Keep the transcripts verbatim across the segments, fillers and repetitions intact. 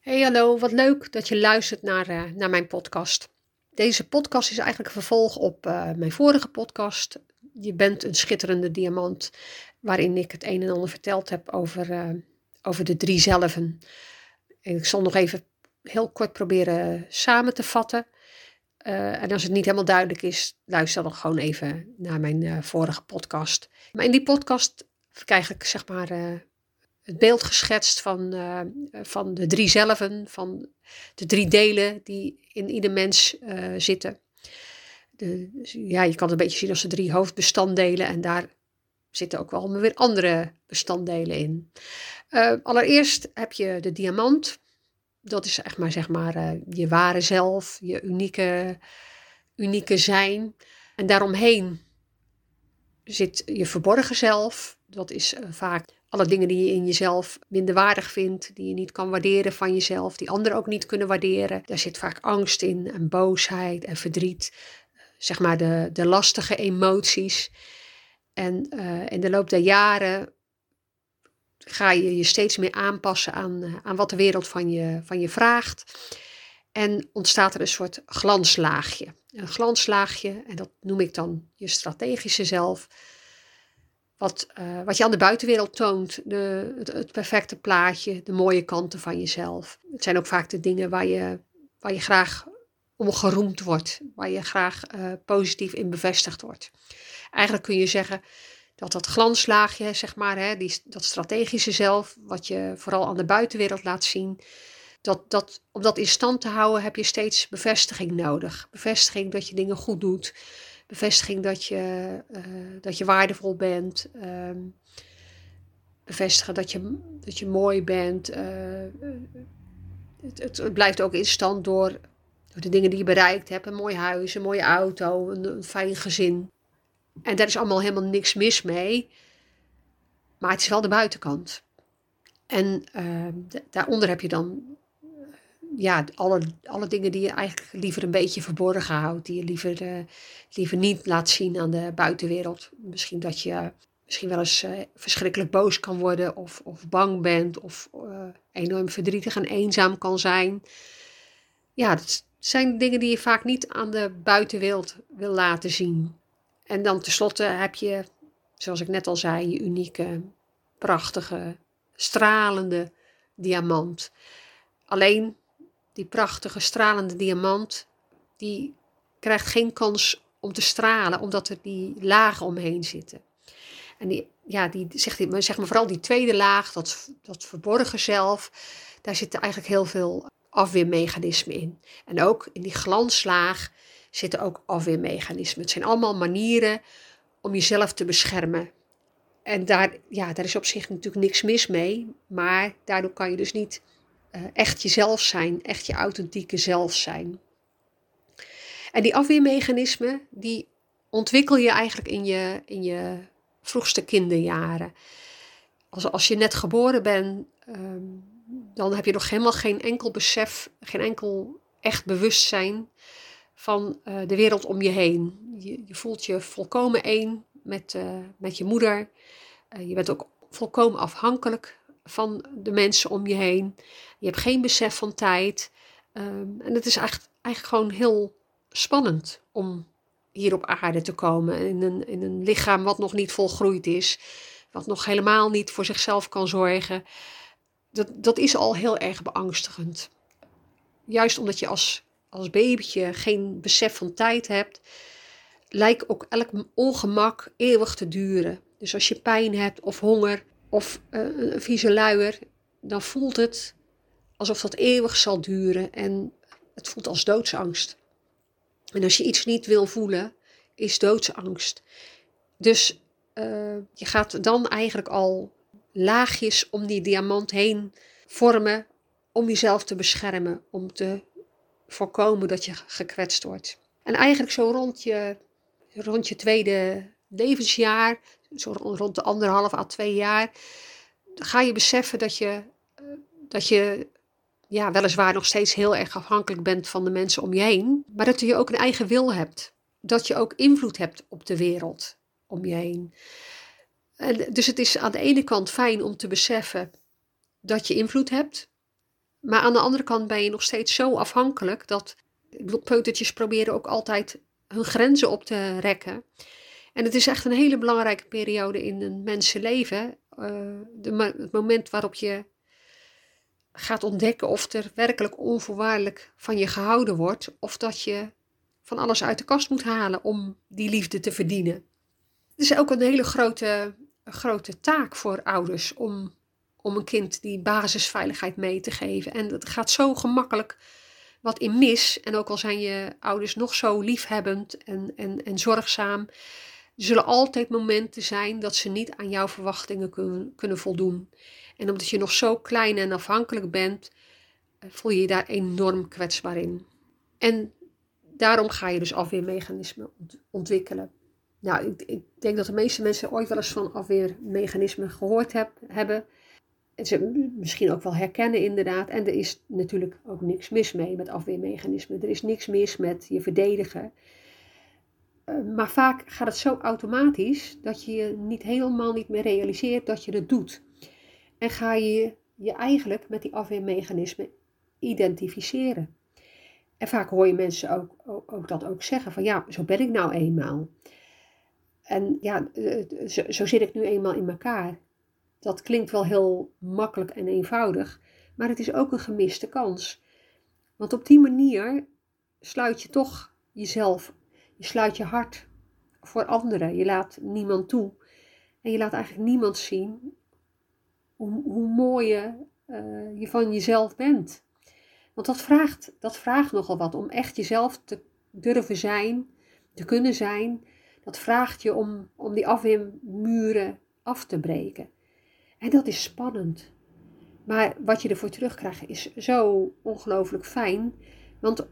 Hey hallo, wat leuk dat je luistert naar, uh, naar mijn podcast. Deze podcast is eigenlijk een vervolg op uh, mijn vorige podcast. Je bent een schitterende diamant, waarin ik het een en ander verteld heb over, uh, over de drie zelven. En ik zal nog even heel kort proberen samen te vatten. Uh, en als het niet helemaal duidelijk is, luister dan gewoon even naar mijn uh, vorige podcast. Maar in die podcast krijg ik zeg maar... Uh, het beeld geschetst van, uh, van de drie zelven, van de drie delen die in ieder mens uh, zitten. De, ja, je kan het een beetje zien als de drie hoofdbestanddelen en daar zitten ook wel weer andere bestanddelen in. Uh, allereerst heb je de diamant. Dat is echt maar, zeg maar uh, je ware zelf, je unieke, unieke zijn. En daaromheen zit je verborgen zelf. Dat is uh, vaak alle dingen die je in jezelf minderwaardig vindt, die je niet kan waarderen van jezelf, die anderen ook niet kunnen waarderen. Daar zit vaak angst in en boosheid en verdriet. Zeg maar de, de lastige emoties. En uh, in de loop der jaren ga je je steeds meer aanpassen aan, uh, aan wat de wereld van je, van je vraagt. En ontstaat er een soort glanslaagje. Een glanslaagje, en dat noem ik dan je strategische zelf. Wat, uh, wat je aan de buitenwereld toont, de, het, het perfecte plaatje, de mooie kanten van jezelf. Het zijn ook vaak de dingen waar je, waar je graag om geroemd wordt, waar je graag uh, positief in bevestigd wordt. Eigenlijk kun je zeggen dat dat glanslaagje, zeg maar, hè, die, dat strategische zelf, wat je vooral aan de buitenwereld laat zien, dat, dat, om dat in stand te houden heb je steeds bevestiging nodig. Bevestiging dat je dingen goed doet. Bevestiging dat je, uh, dat je waardevol bent. Uh, bevestigen dat je, dat je mooi bent. Uh, het, het, het blijft ook in stand door, door de dingen die je bereikt hebt. Een mooi huis, een mooie auto, een, een fijn gezin. En daar is allemaal helemaal niks mis mee. Maar het is wel de buitenkant. En uh, d- daaronder heb je dan ja, alle, alle dingen die je eigenlijk liever een beetje verborgen houdt. Die je liever, uh, liever niet laat zien aan de buitenwereld. Misschien dat je misschien wel eens uh, verschrikkelijk boos kan worden. Of, of bang bent. Of uh, enorm verdrietig en eenzaam kan zijn. Ja, dat zijn dingen die je vaak niet aan de buitenwereld wil laten zien. En dan tenslotte heb je, zoals ik net al zei, je unieke, prachtige, stralende diamant. Alleen die prachtige, stralende diamant, die krijgt geen kans om te stralen, omdat er die lagen omheen zitten. En die, ja, die, zeg, die, zeg maar vooral die tweede laag, dat, dat verborgen zelf, daar zitten eigenlijk heel veel afweermechanismen in. En ook in die glanslaag zitten ook afweermechanismen. Het zijn allemaal manieren om jezelf te beschermen. En daar, ja, daar is op zich natuurlijk niks mis mee, maar daardoor kan je dus niet uh, echt jezelf zijn, echt je authentieke zelf zijn. En die afweermechanismen, die ontwikkel je eigenlijk in je, in je vroegste kinderjaren. Als, als je net geboren bent, um, dan heb je nog helemaal geen enkel besef, geen enkel echt bewustzijn van uh, de wereld om je heen. Je, je voelt je volkomen één met, uh, met je moeder. Uh, je bent ook volkomen afhankelijk van de mensen om je heen. Je hebt geen besef van tijd. Um, en het is eigenlijk, eigenlijk gewoon heel spannend om hier op aarde te komen. In een, in een lichaam wat nog niet volgroeid is. Wat nog helemaal niet voor zichzelf kan zorgen. Dat, dat is al heel erg beangstigend. Juist omdat je als, als babytje geen besef van tijd hebt, lijkt ook elk ongemak eeuwig te duren. Dus als je pijn hebt of honger of uh, een vieze luier, dan voelt het alsof dat eeuwig zal duren en het voelt als doodsangst. En als je iets niet wil voelen, is doodsangst. Dus uh, je gaat dan eigenlijk al laagjes om die diamant heen vormen om jezelf te beschermen, om te voorkomen dat je gekwetst wordt. En eigenlijk zo rond je, rond je tweede levensjaar, zo rond de anderhalf à twee jaar, ga je beseffen dat je, dat je ja, weliswaar nog steeds heel erg afhankelijk bent van de mensen om je heen, maar dat je ook een eigen wil hebt. Dat je ook invloed hebt op de wereld om je heen. En dus het is aan de ene kant fijn om te beseffen dat je invloed hebt. Maar aan de andere kant ben je nog steeds zo afhankelijk dat, ik bedoel, peutertjes proberen ook altijd hun grenzen op te rekken. En het is echt een hele belangrijke periode in een mensenleven. Uh, de, het moment waarop je gaat ontdekken of er werkelijk onvoorwaardelijk van je gehouden wordt. Of dat je van alles uit de kast moet halen om die liefde te verdienen. Het is ook een hele grote, grote taak voor ouders om, om een kind die basisveiligheid mee te geven. En het gaat zo gemakkelijk wat in mis. En ook al zijn je ouders nog zo liefhebbend en, en, en zorgzaam, er zullen altijd momenten zijn dat ze niet aan jouw verwachtingen kunnen, kunnen voldoen. En omdat je nog zo klein en afhankelijk bent, voel je je daar enorm kwetsbaar in. En daarom ga je dus afweermechanismen ontwikkelen. Nou, ik, ik denk dat de meeste mensen ooit wel eens van afweermechanismen gehoord heb, hebben. En ze misschien ook wel herkennen inderdaad. En er is natuurlijk ook niks mis mee met afweermechanismen. Er is niks mis met je verdedigen. Uh, maar vaak gaat het zo automatisch dat je je niet helemaal niet meer realiseert dat je het doet. En ga je je eigenlijk met die afweermechanismen identificeren. En vaak hoor je mensen ook, ook, ook dat ook zeggen van ja, zo ben ik nou eenmaal. En ja, zo, zo zit ik nu eenmaal in elkaar. Dat klinkt wel heel makkelijk en eenvoudig, maar het is ook een gemiste kans. Want op die manier sluit je toch jezelf, je sluit je hart voor anderen. Je laat niemand toe en je laat eigenlijk niemand zien hoe, hoe mooi je, uh, je van jezelf bent. Want dat vraagt, dat vraagt nogal wat om echt jezelf te durven zijn, te kunnen zijn. Dat vraagt je om, om die afweermuren af te breken. En dat is spannend. Maar wat je ervoor terugkrijgt is zo ongelooflijk fijn. Want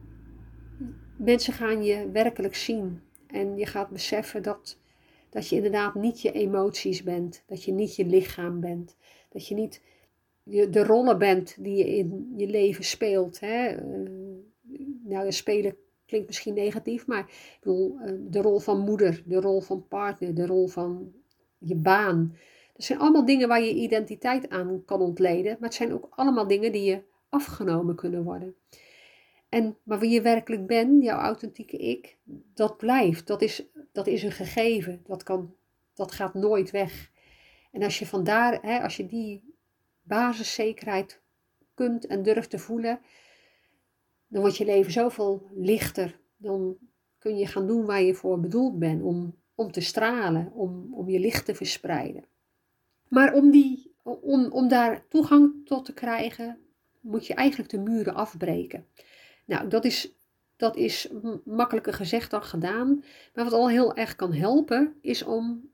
mensen gaan je werkelijk zien. En je gaat beseffen dat, dat je inderdaad niet je emoties bent. Dat je niet je lichaam bent. Dat je niet de rollen bent die je in je leven speelt. Hè? Uh, nou, spelen klinkt misschien negatief, maar ik bedoel, uh, de rol van moeder, de rol van partner, de rol van je baan. Dat zijn allemaal dingen waar je identiteit aan kan ontleden, maar het zijn ook allemaal dingen die je afgenomen kunnen worden. En, maar wie je werkelijk bent, jouw authentieke ik, dat blijft. Dat is, dat is een gegeven. Dat, kan, dat gaat nooit weg. En als je vandaar, hè, als je die basiszekerheid kunt en durft te voelen, dan wordt je leven zoveel lichter. Dan kun je gaan doen waar je voor bedoeld bent, om, om te stralen, om, om je licht te verspreiden. Maar om, die, om, om daar toegang tot te krijgen, moet je eigenlijk de muren afbreken. Nou, dat is, dat is makkelijker gezegd dan gedaan. Maar wat al heel erg kan helpen, is om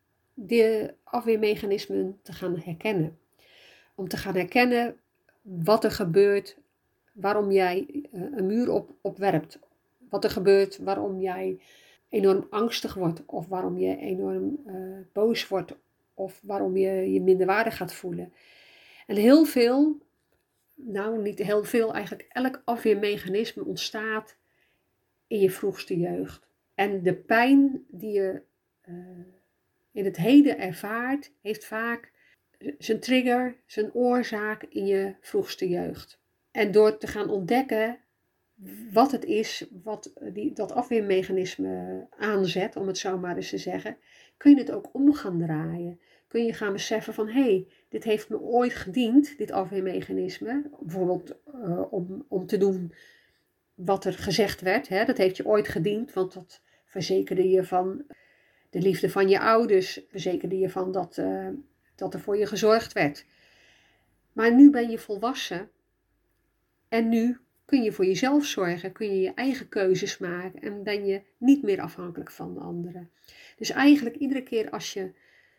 de afweermechanismen te gaan herkennen. Om te gaan herkennen wat er gebeurt, waarom jij een muur op, opwerpt. Wat er gebeurt, waarom jij enorm angstig wordt. Of waarom je enorm uh, boos wordt. Of waarom je je minderwaardig gaat voelen. En heel veel, nou niet heel veel, eigenlijk elk afweermechanisme ontstaat in je vroegste jeugd. En de pijn die je uh, in het heden ervaart, heeft vaak zijn trigger, zijn oorzaak in je vroegste jeugd. En door te gaan ontdekken wat het is wat die, dat afweermechanisme aanzet, om het zo maar eens te zeggen, kun je het ook om gaan draaien. Kun je gaan beseffen van, hé, hey, dit heeft me ooit gediend, dit afweermechanisme. Bijvoorbeeld uh, om, om te doen wat er gezegd werd. Hè? Dat heeft je ooit gediend, want dat verzekerde je van de liefde van je ouders. Verzekerde je van dat, uh, dat er voor je gezorgd werd. Maar nu ben je volwassen. En nu kun je voor jezelf zorgen. Kun je je eigen keuzes maken. En ben je niet meer afhankelijk van de anderen. Dus eigenlijk iedere keer als je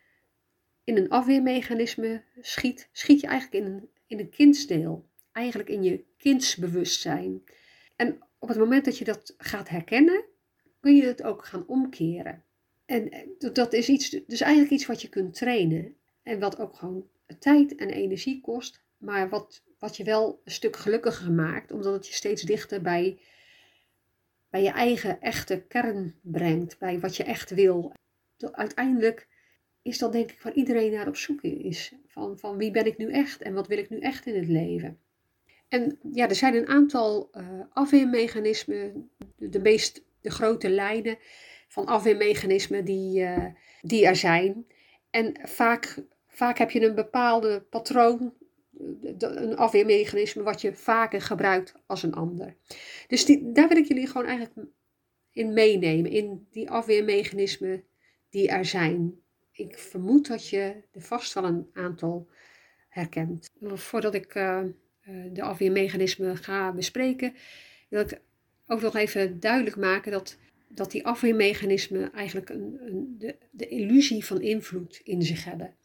in een afweermechanisme schiet, schiet je eigenlijk in een, in een kindsdeel. Eigenlijk in je kindsbewustzijn. En op het moment dat je dat gaat herkennen, kun je het ook gaan omkeren. En dat is iets, dus eigenlijk iets wat je kunt trainen. En wat ook gewoon tijd en energie kost. Maar wat, wat je wel een stuk gelukkiger maakt. Omdat het je steeds dichter bij, bij je eigen echte kern brengt. Bij wat je echt wil. Uiteindelijk is dat denk ik waar iedereen naar op zoek is. Van, van wie ben ik nu echt en wat wil ik nu echt in het leven. En ja, er zijn een aantal uh, afweermechanismen, de, de meest de grote lijnen van afweermechanismen die, uh, die er zijn. En vaak, vaak heb je een bepaalde patroon, een afweermechanisme wat je vaker gebruikt als een ander. Dus die, daar wil ik jullie gewoon eigenlijk in meenemen, in die afweermechanismen die er zijn. Ik vermoed dat je er vast wel een aantal herkent. Voordat ik uh, de afweermechanismen ga bespreken, wil ik ook nog even duidelijk maken dat, dat die afweermechanismen eigenlijk een, een, de, de illusie van invloed in zich hebben.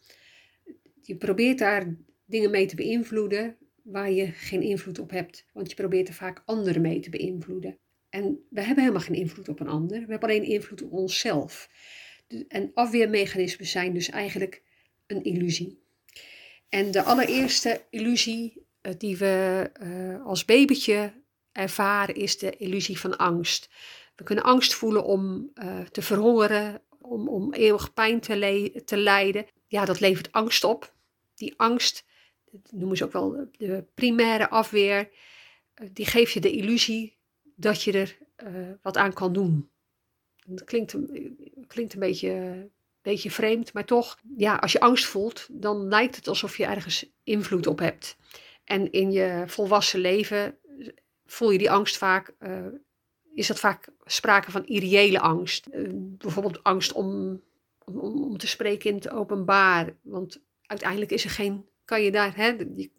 Je probeert daar dingen mee te beïnvloeden waar je geen invloed op hebt, want je probeert er vaak anderen mee te beïnvloeden. En we hebben helemaal geen invloed op een ander, we hebben alleen invloed op onszelf. En afweermechanismen zijn dus eigenlijk een illusie. En de allereerste illusie die we uh, als babytje ervaren is de illusie van angst. We kunnen angst voelen om uh, te verhongeren, om, om eeuwig pijn te, le- te lijden. Ja, dat levert angst op. Die angst, dat noemen ze ook wel de primaire afweer, uh, die geeft je de illusie dat je er uh, wat aan kan doen. Dat klinkt, klinkt een beetje... beetje vreemd, maar toch, ja, als je angst voelt, dan lijkt het alsof je ergens invloed op hebt. En in je volwassen leven voel je die angst vaak, uh, is dat vaak sprake van irreële angst. Uh, bijvoorbeeld angst om, om, om te spreken in het openbaar, want uiteindelijk is er geen, kan je daar, hè, je,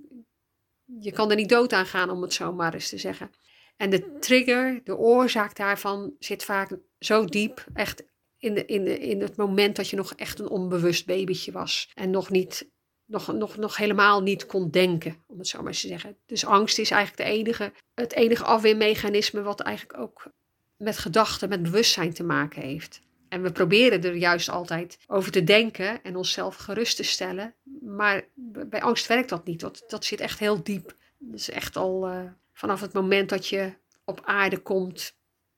je kan er niet dood aan gaan, om het zo maar eens te zeggen. En de trigger, de oorzaak daarvan zit vaak zo diep, echt In, de, in, de, in het moment dat je nog echt een onbewust babytje was. En nog, niet, nog, nog, nog helemaal niet kon denken, om het zo maar eens te zeggen. Dus angst is eigenlijk de enige, het enige afweermechanisme wat eigenlijk ook met gedachten, met bewustzijn te maken heeft. En we proberen er juist altijd over te denken en onszelf gerust te stellen. Maar bij angst werkt dat niet. Dat, dat zit echt heel diep. Dat is echt al uh, vanaf het moment dat je op aarde komt,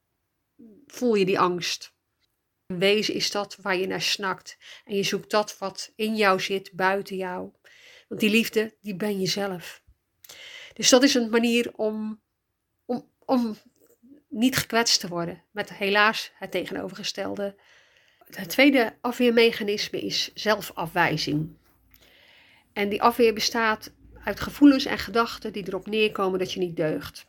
voel je die angst. In wezen is dat waar je naar snakt. En je zoekt dat wat in jou zit, buiten jou. Want die liefde, die ben je zelf. Dus dat is een manier om, om, om niet gekwetst te worden. Met helaas het tegenovergestelde. Het tweede afweermechanisme is zelfafwijzing. En die afweer bestaat uit gevoelens en gedachten die erop neerkomen dat je niet deugt.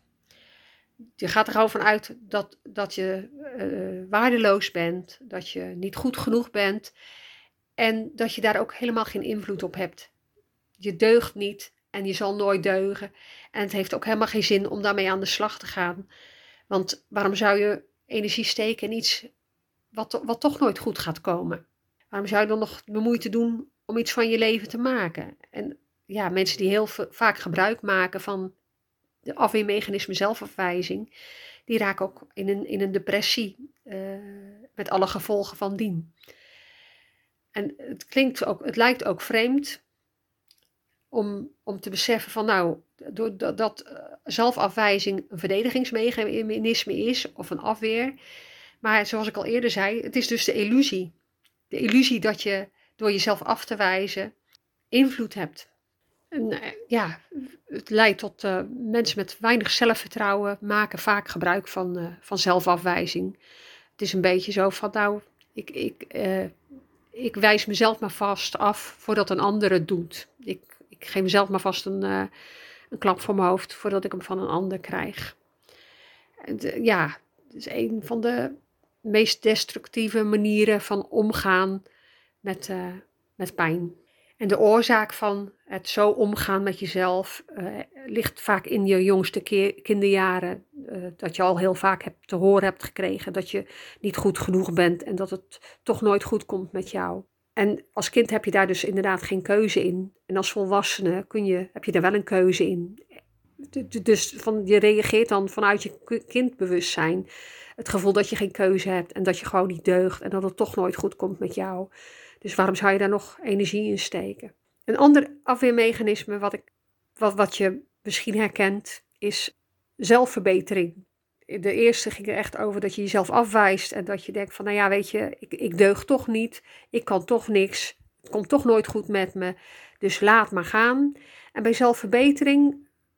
Je gaat er gewoon van uit dat, dat je uh, waardeloos bent, dat je niet goed genoeg bent en dat je daar ook helemaal geen invloed op hebt. Je deugt niet en je zal nooit deugen en het heeft ook helemaal geen zin om daarmee aan de slag te gaan. Want waarom zou je energie steken in iets wat, wat toch nooit goed gaat komen? Waarom zou je dan nog de moeite doen om iets van je leven te maken? En ja, mensen die heel vaak gebruik maken van de afweermechanisme zelfafwijzing, die raken ook in een, in een depressie uh, met alle gevolgen van dien. En het klinkt ook, het lijkt ook vreemd om, om te beseffen van nou, doordat dat uh, zelfafwijzing een verdedigingsmechanisme is of een afweer. Maar zoals ik al eerder zei, het is dus de illusie. De illusie dat je door jezelf af te wijzen invloed hebt. En, ja, het leidt tot uh, mensen met weinig zelfvertrouwen maken vaak gebruik van, uh, van zelfafwijzing. Het is een beetje zo van nou, ik, ik, uh, ik wijs mezelf maar vast af voordat een ander het doet. Ik, ik geef mezelf maar vast een, uh, een klap voor mijn hoofd voordat ik hem van een ander krijg. En, uh, ja, het is een van de meest destructieve manieren van omgaan met, uh, met pijn. En de oorzaak van het zo omgaan met jezelf uh, ligt vaak in je jongste keer, kinderjaren. Uh, dat je al heel vaak hebt, te horen hebt gekregen dat je niet goed genoeg bent en dat het toch nooit goed komt met jou. En als kind heb je daar dus inderdaad geen keuze in. En als volwassene kun je, heb je daar wel een keuze in. Dus van, je reageert dan vanuit je kindbewustzijn. Het gevoel dat je geen keuze hebt en dat je gewoon niet deugt en dat het toch nooit goed komt met jou. Dus waarom zou je daar nog energie in steken? Een ander afweermechanisme wat, ik, wat, wat je misschien herkent is zelfverbetering. De eerste ging er echt over dat je jezelf afwijst en dat je denkt van nou ja weet je, ik, ik deug toch niet, ik kan toch niks, het komt toch nooit goed met me, dus laat maar gaan. En bij zelfverbetering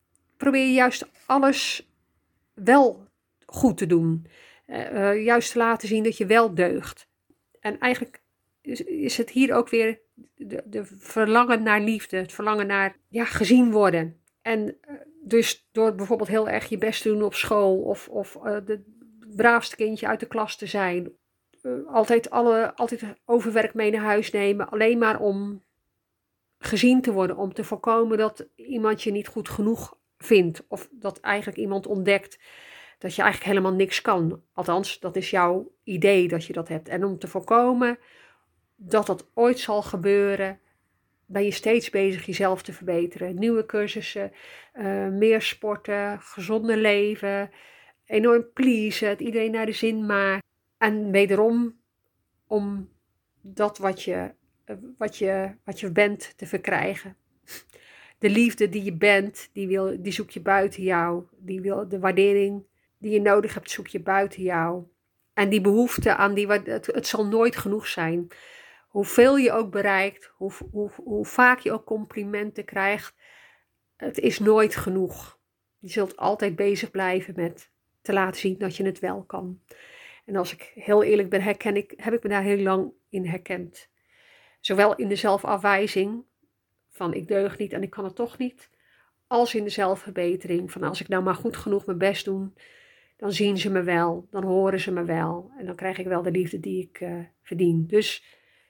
probeer je juist alles wel goed te doen. Uh, uh, juist te laten zien dat je wel deugt. En eigenlijk is, is het hier ook weer de, de verlangen naar liefde. Het verlangen naar ja, gezien worden. En uh, dus door bijvoorbeeld heel erg je best te doen op school. Of, of uh, de braafste kindje uit de klas te zijn. Uh, altijd, alle, altijd overwerk mee naar huis nemen. Alleen maar om gezien te worden. Om te voorkomen dat iemand je niet goed genoeg vindt. Of dat eigenlijk iemand ontdekt dat je eigenlijk helemaal niks kan. Althans, dat is jouw idee dat je dat hebt. En om te voorkomen dat dat ooit zal gebeuren, ben je steeds bezig jezelf te verbeteren. Nieuwe cursussen, uh, meer sporten, gezonder leven, enorm pleasen, het iedereen naar de zin maken. En wederom om dat wat je, wat je, wat je bent te verkrijgen. De liefde die je bent, die, wil, die zoek je buiten jou. Die wil, de waardering die je nodig hebt, zoek je buiten jou. En die behoefte aan die, het, het zal nooit genoeg zijn. Hoeveel je ook bereikt, hoe, hoe, hoe vaak je ook complimenten krijgt, het is nooit genoeg. Je zult altijd bezig blijven met te laten zien dat je het wel kan. En als ik heel eerlijk ben, herken ik, heb ik me daar heel lang in herkend. Zowel in de zelfafwijzing, van ik deug niet en ik kan het toch niet, als in de zelfverbetering, van als ik nou maar goed genoeg mijn best doe, dan zien ze me wel, dan horen ze me wel en dan krijg ik wel de liefde die ik uh, verdien. Dus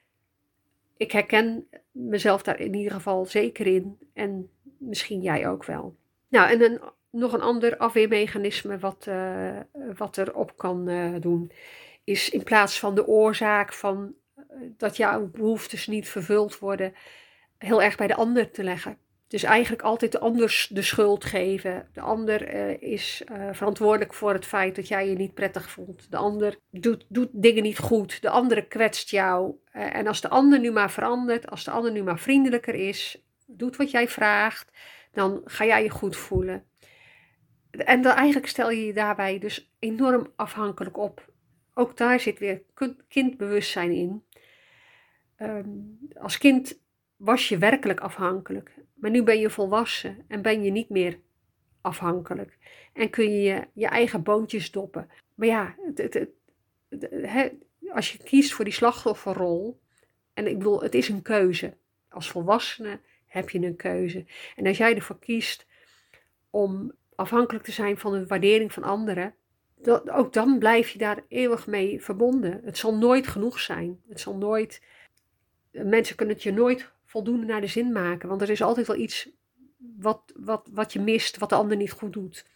ik herken mezelf daar in ieder geval zeker in en misschien jij ook wel. Nou, en een, nog een ander afweermechanisme wat, uh, wat erop kan uh, doen, is in plaats van de oorzaak van uh, dat jouw behoeftes niet vervuld worden, heel erg bij de ander te leggen. Dus eigenlijk altijd de ander de schuld geven. De ander uh, is uh, verantwoordelijk voor het feit dat jij je niet prettig voelt. De ander doet, doet dingen niet goed. De andere kwetst jou. Uh, en als de ander nu maar verandert, als de ander nu maar vriendelijker is, doet wat jij vraagt, dan ga jij je goed voelen. En dan eigenlijk stel je je daarbij dus enorm afhankelijk op. Ook daar zit weer kindbewustzijn in. Um, als kind was je werkelijk afhankelijk. Maar nu ben je volwassen en ben je niet meer afhankelijk. En kun je je, je eigen boontjes doppen. Maar ja, het, het, het, het, he, als je kiest voor die slachtofferrol. En ik bedoel, het is een keuze. Als volwassene heb je een keuze. En als jij ervoor kiest om afhankelijk te zijn van de waardering van anderen. Dat, ook dan blijf je daar eeuwig mee verbonden. Het zal nooit genoeg zijn. Het zal nooit... Mensen kunnen het je nooit voldoende naar de zin maken. Want er is altijd wel iets wat, wat, wat je mist, wat de ander niet goed doet.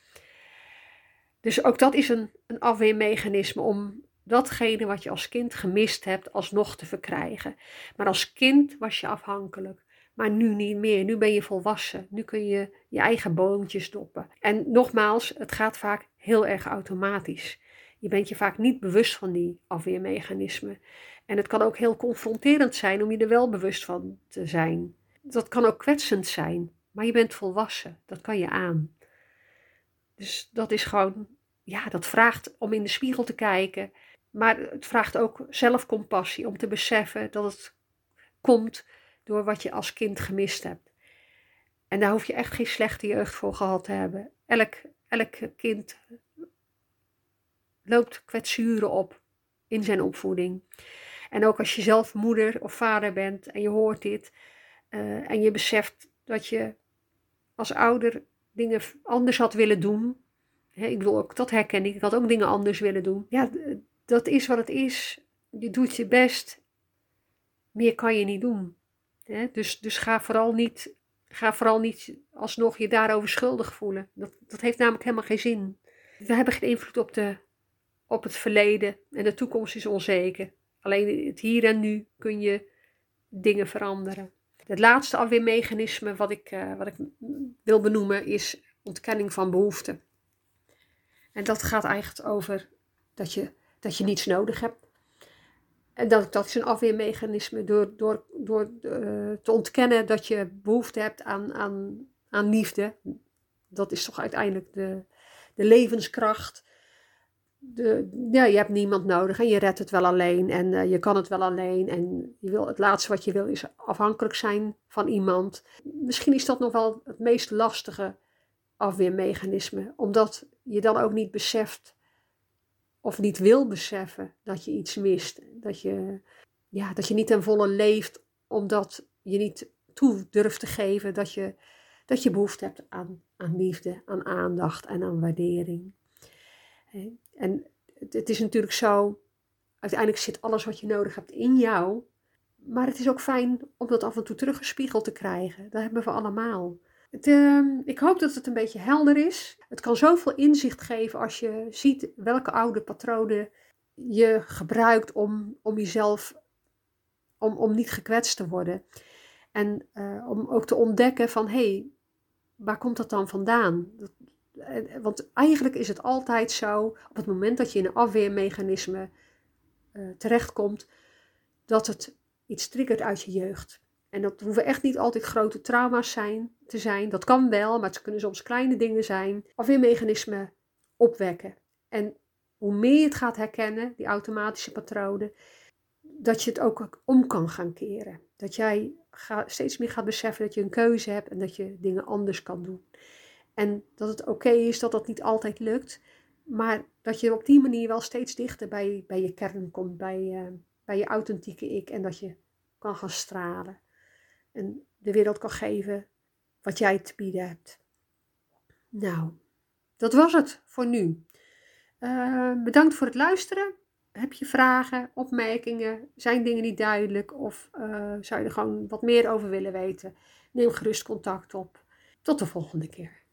Dus ook dat is een, een afweermechanisme om datgene wat je als kind gemist hebt, alsnog te verkrijgen. Maar als kind was je afhankelijk. Maar nu niet meer. Nu ben je volwassen. Nu kun je je eigen boontjes doppen. En nogmaals, het gaat vaak heel erg automatisch. Je bent je vaak niet bewust van die afweermechanismen. En het kan ook heel confronterend zijn om je er wel bewust van te zijn. Dat kan ook kwetsend zijn. Maar je bent volwassen. Dat kan je aan. Dus dat is gewoon, ja, dat vraagt om in de spiegel te kijken. Maar het vraagt ook zelfcompassie om te beseffen dat het komt door wat je als kind gemist hebt. En daar hoef je echt geen slechte jeugd voor gehad te hebben. Elk, elk kind loopt kwetsuren op in zijn opvoeding. En ook als je zelf moeder of vader bent en je hoort dit. Uh, en je beseft dat je als ouder dingen anders had willen doen. Hè, ik bedoel, ook dat herken ik. Ik had ook dingen anders willen doen. Ja, dat is wat het is. Je doet je best. Meer kan je niet doen. Hè? Dus, dus ga vooral niet, ga vooral niet alsnog je daarover schuldig voelen. Dat, dat heeft namelijk helemaal geen zin. We hebben geen invloed op, de, op het verleden. En de toekomst is onzeker. Alleen het hier en nu kun je dingen veranderen. Het laatste afweermechanisme wat ik, uh, wat ik wil benoemen is ontkenning van behoeften. En dat gaat eigenlijk over dat je, dat je niets nodig hebt. En dat, dat is een afweermechanisme door, door, door uh, te ontkennen dat je behoefte hebt aan, aan, aan liefde. Dat is toch uiteindelijk de, de levenskracht. De, ja, je hebt niemand nodig en je redt het wel alleen en uh, je kan het wel alleen. En je wil, het laatste wat je wil is afhankelijk zijn van iemand. Misschien is dat nog wel het meest lastige afweermechanisme. Omdat je dan ook niet beseft of niet wil beseffen dat je iets mist. Dat je, ja, dat je niet ten volle leeft omdat je niet toe durft te geven dat je, dat je behoefte hebt aan, aan liefde, aan aandacht en aan waardering. En het, het is natuurlijk zo, uiteindelijk zit alles wat je nodig hebt in jou. Maar het is ook fijn om dat af en toe teruggespiegeld te krijgen. Dat hebben we allemaal. Het, uh, ik hoop dat het een beetje helder is. Het kan zoveel inzicht geven als je ziet welke oude patronen je gebruikt om, om jezelf, om, om niet gekwetst te worden. En uh, om ook te ontdekken van, hé, hey, waar komt dat dan vandaan? Dat, uh, want eigenlijk is het altijd zo, op het moment dat je in een afweermechanisme uh, terechtkomt, dat het iets triggert uit je jeugd. En dat hoeven echt niet altijd grote trauma's zijn, te zijn. Dat kan wel, maar het kunnen soms kleine dingen zijn. Afweermechanismen opwekken. En hoe meer je het gaat herkennen, die automatische patronen, dat je het ook om kan gaan keren. Dat jij ga, steeds meer gaat beseffen dat je een keuze hebt en dat je dingen anders kan doen. En dat het oké okay is dat dat niet altijd lukt, maar dat je op die manier wel steeds dichter bij, bij je kern komt, bij, uh, bij je authentieke ik en dat je kan gaan stralen. En de wereld kan geven wat jij te bieden hebt. Nou, dat was het voor nu. Uh, bedankt voor het luisteren. Heb je vragen, opmerkingen? Zijn dingen niet duidelijk? Of uh, zou je er gewoon wat meer over willen weten? Neem gerust contact op. Tot de volgende keer.